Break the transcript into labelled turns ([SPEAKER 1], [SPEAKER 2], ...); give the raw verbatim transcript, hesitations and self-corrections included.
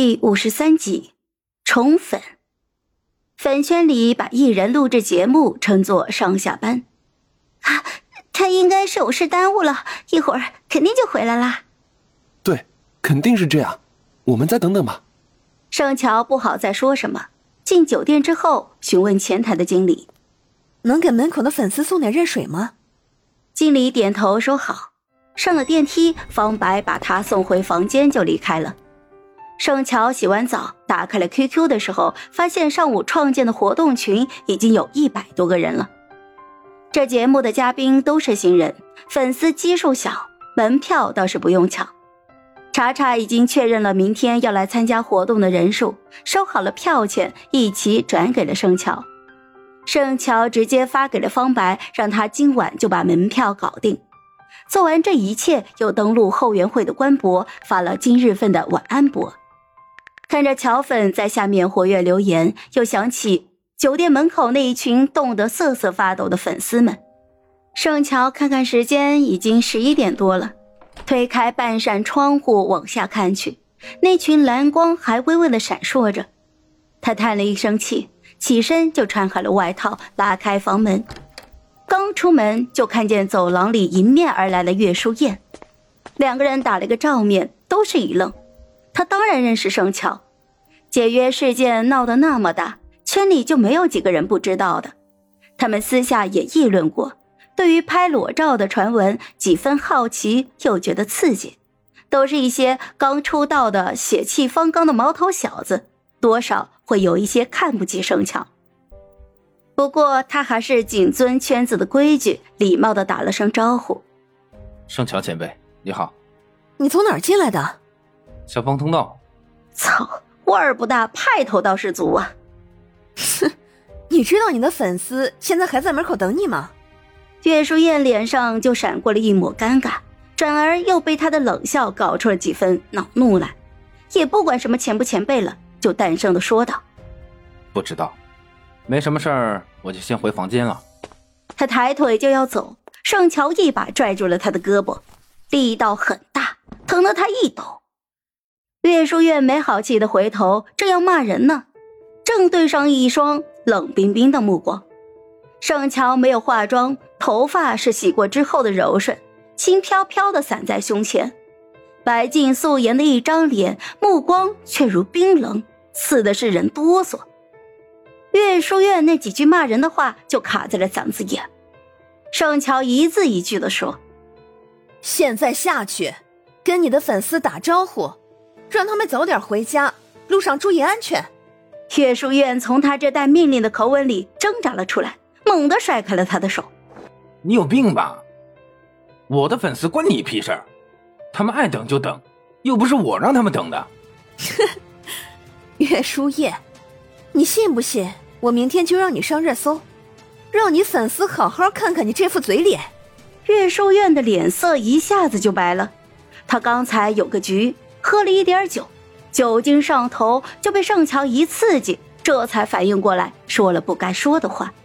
[SPEAKER 1] 第五十三集宠粉。粉圈里把艺人录制节目称作上下班。啊，他应该是有事耽误了，一会儿肯定就回来啦。
[SPEAKER 2] 对，肯定是这样，我们再等等吧。
[SPEAKER 1] 盛乔不好再说什么，进酒店之后询问前台的经理，
[SPEAKER 3] 能给门口的粉丝送点热水吗？
[SPEAKER 1] 经理点头说好。上了电梯，方白把他送回房间就离开了。盛乔洗完澡打开了 Q Q 的时候，发现上午创建的活动群已经有一百多个人了。这节目的嘉宾都是新人，粉丝基数小，门票倒是不用抢。查查已经确认了明天要来参加活动的人数，收好了票钱，一起转给了盛乔。盛乔直接发给了方白，让他今晚就把门票搞定。做完这一切，又登录后援会的官博，发了今日份的晚安博。看着乔粉在下面活跃留言，又想起酒店门口那一群冻得瑟瑟发抖的粉丝们。盛乔看看时间，已经十一点多了，推开半扇窗户往下看去，那群蓝光还微微的闪烁着。他叹了一声气，起身就穿好了外套，拉开房门。刚出门就看见走廊里迎面而来的岳书燕，两个人打了个照面，都是一愣。他当然认识盛乔，解约事件闹得那么大，圈里就没有几个人不知道的。他们私下也议论过，对于拍裸照的传闻，几分好奇又觉得刺激，都是一些刚出道的血气方刚的毛头小子，多少会有一些看不起盛乔。不过他还是谨遵圈子的规矩，礼貌地打了声招呼。
[SPEAKER 4] 盛乔前辈你好。
[SPEAKER 3] 你从哪儿进来的？
[SPEAKER 4] 消防通道。
[SPEAKER 1] 操，味儿不大，派头倒是足啊。
[SPEAKER 3] 哼，你知道你的粉丝现在还在门口等你吗？
[SPEAKER 1] 岳书燕脸上就闪过了一抹尴尬，转而又被他的冷笑搞出了几分恼怒来，也不管什么前不前辈了，就淡声地说道：
[SPEAKER 4] 不知道，没什么事儿，我就先回房间了。
[SPEAKER 1] 他抬腿就要走，盛乔一把拽住了他的胳膊，力道很大，疼得他一抖。岳书燕没好气地回头，正要骂人呢，正对上一双冷冰冰的目光。盛乔没有化妆，头发是洗过之后的柔顺，轻飘飘地散在胸前，白净素颜的一张脸，目光却如冰冷，刺的是人哆嗦。岳书院那几句骂人的话就卡在了嗓子眼。盛乔一字一句地说：
[SPEAKER 3] 现在下去跟你的粉丝打招呼，让他们早点回家，路上注意安全。
[SPEAKER 1] 岳书院从他这带命令的口吻里挣扎了出来，猛地甩开了他的手。
[SPEAKER 4] 你有病吧？我的粉丝关你屁事儿，他们爱等就等，又不是我让他们等的。
[SPEAKER 3] 岳书燕，你信不信我明天就让你上热搜，让你粉丝好好看看你这副嘴脸。
[SPEAKER 1] 岳书院的脸色一下子就白了，他刚才有个局，喝了一点酒，酒精上头，就被盛乔一刺激，这才反应过来，说了不该说的话。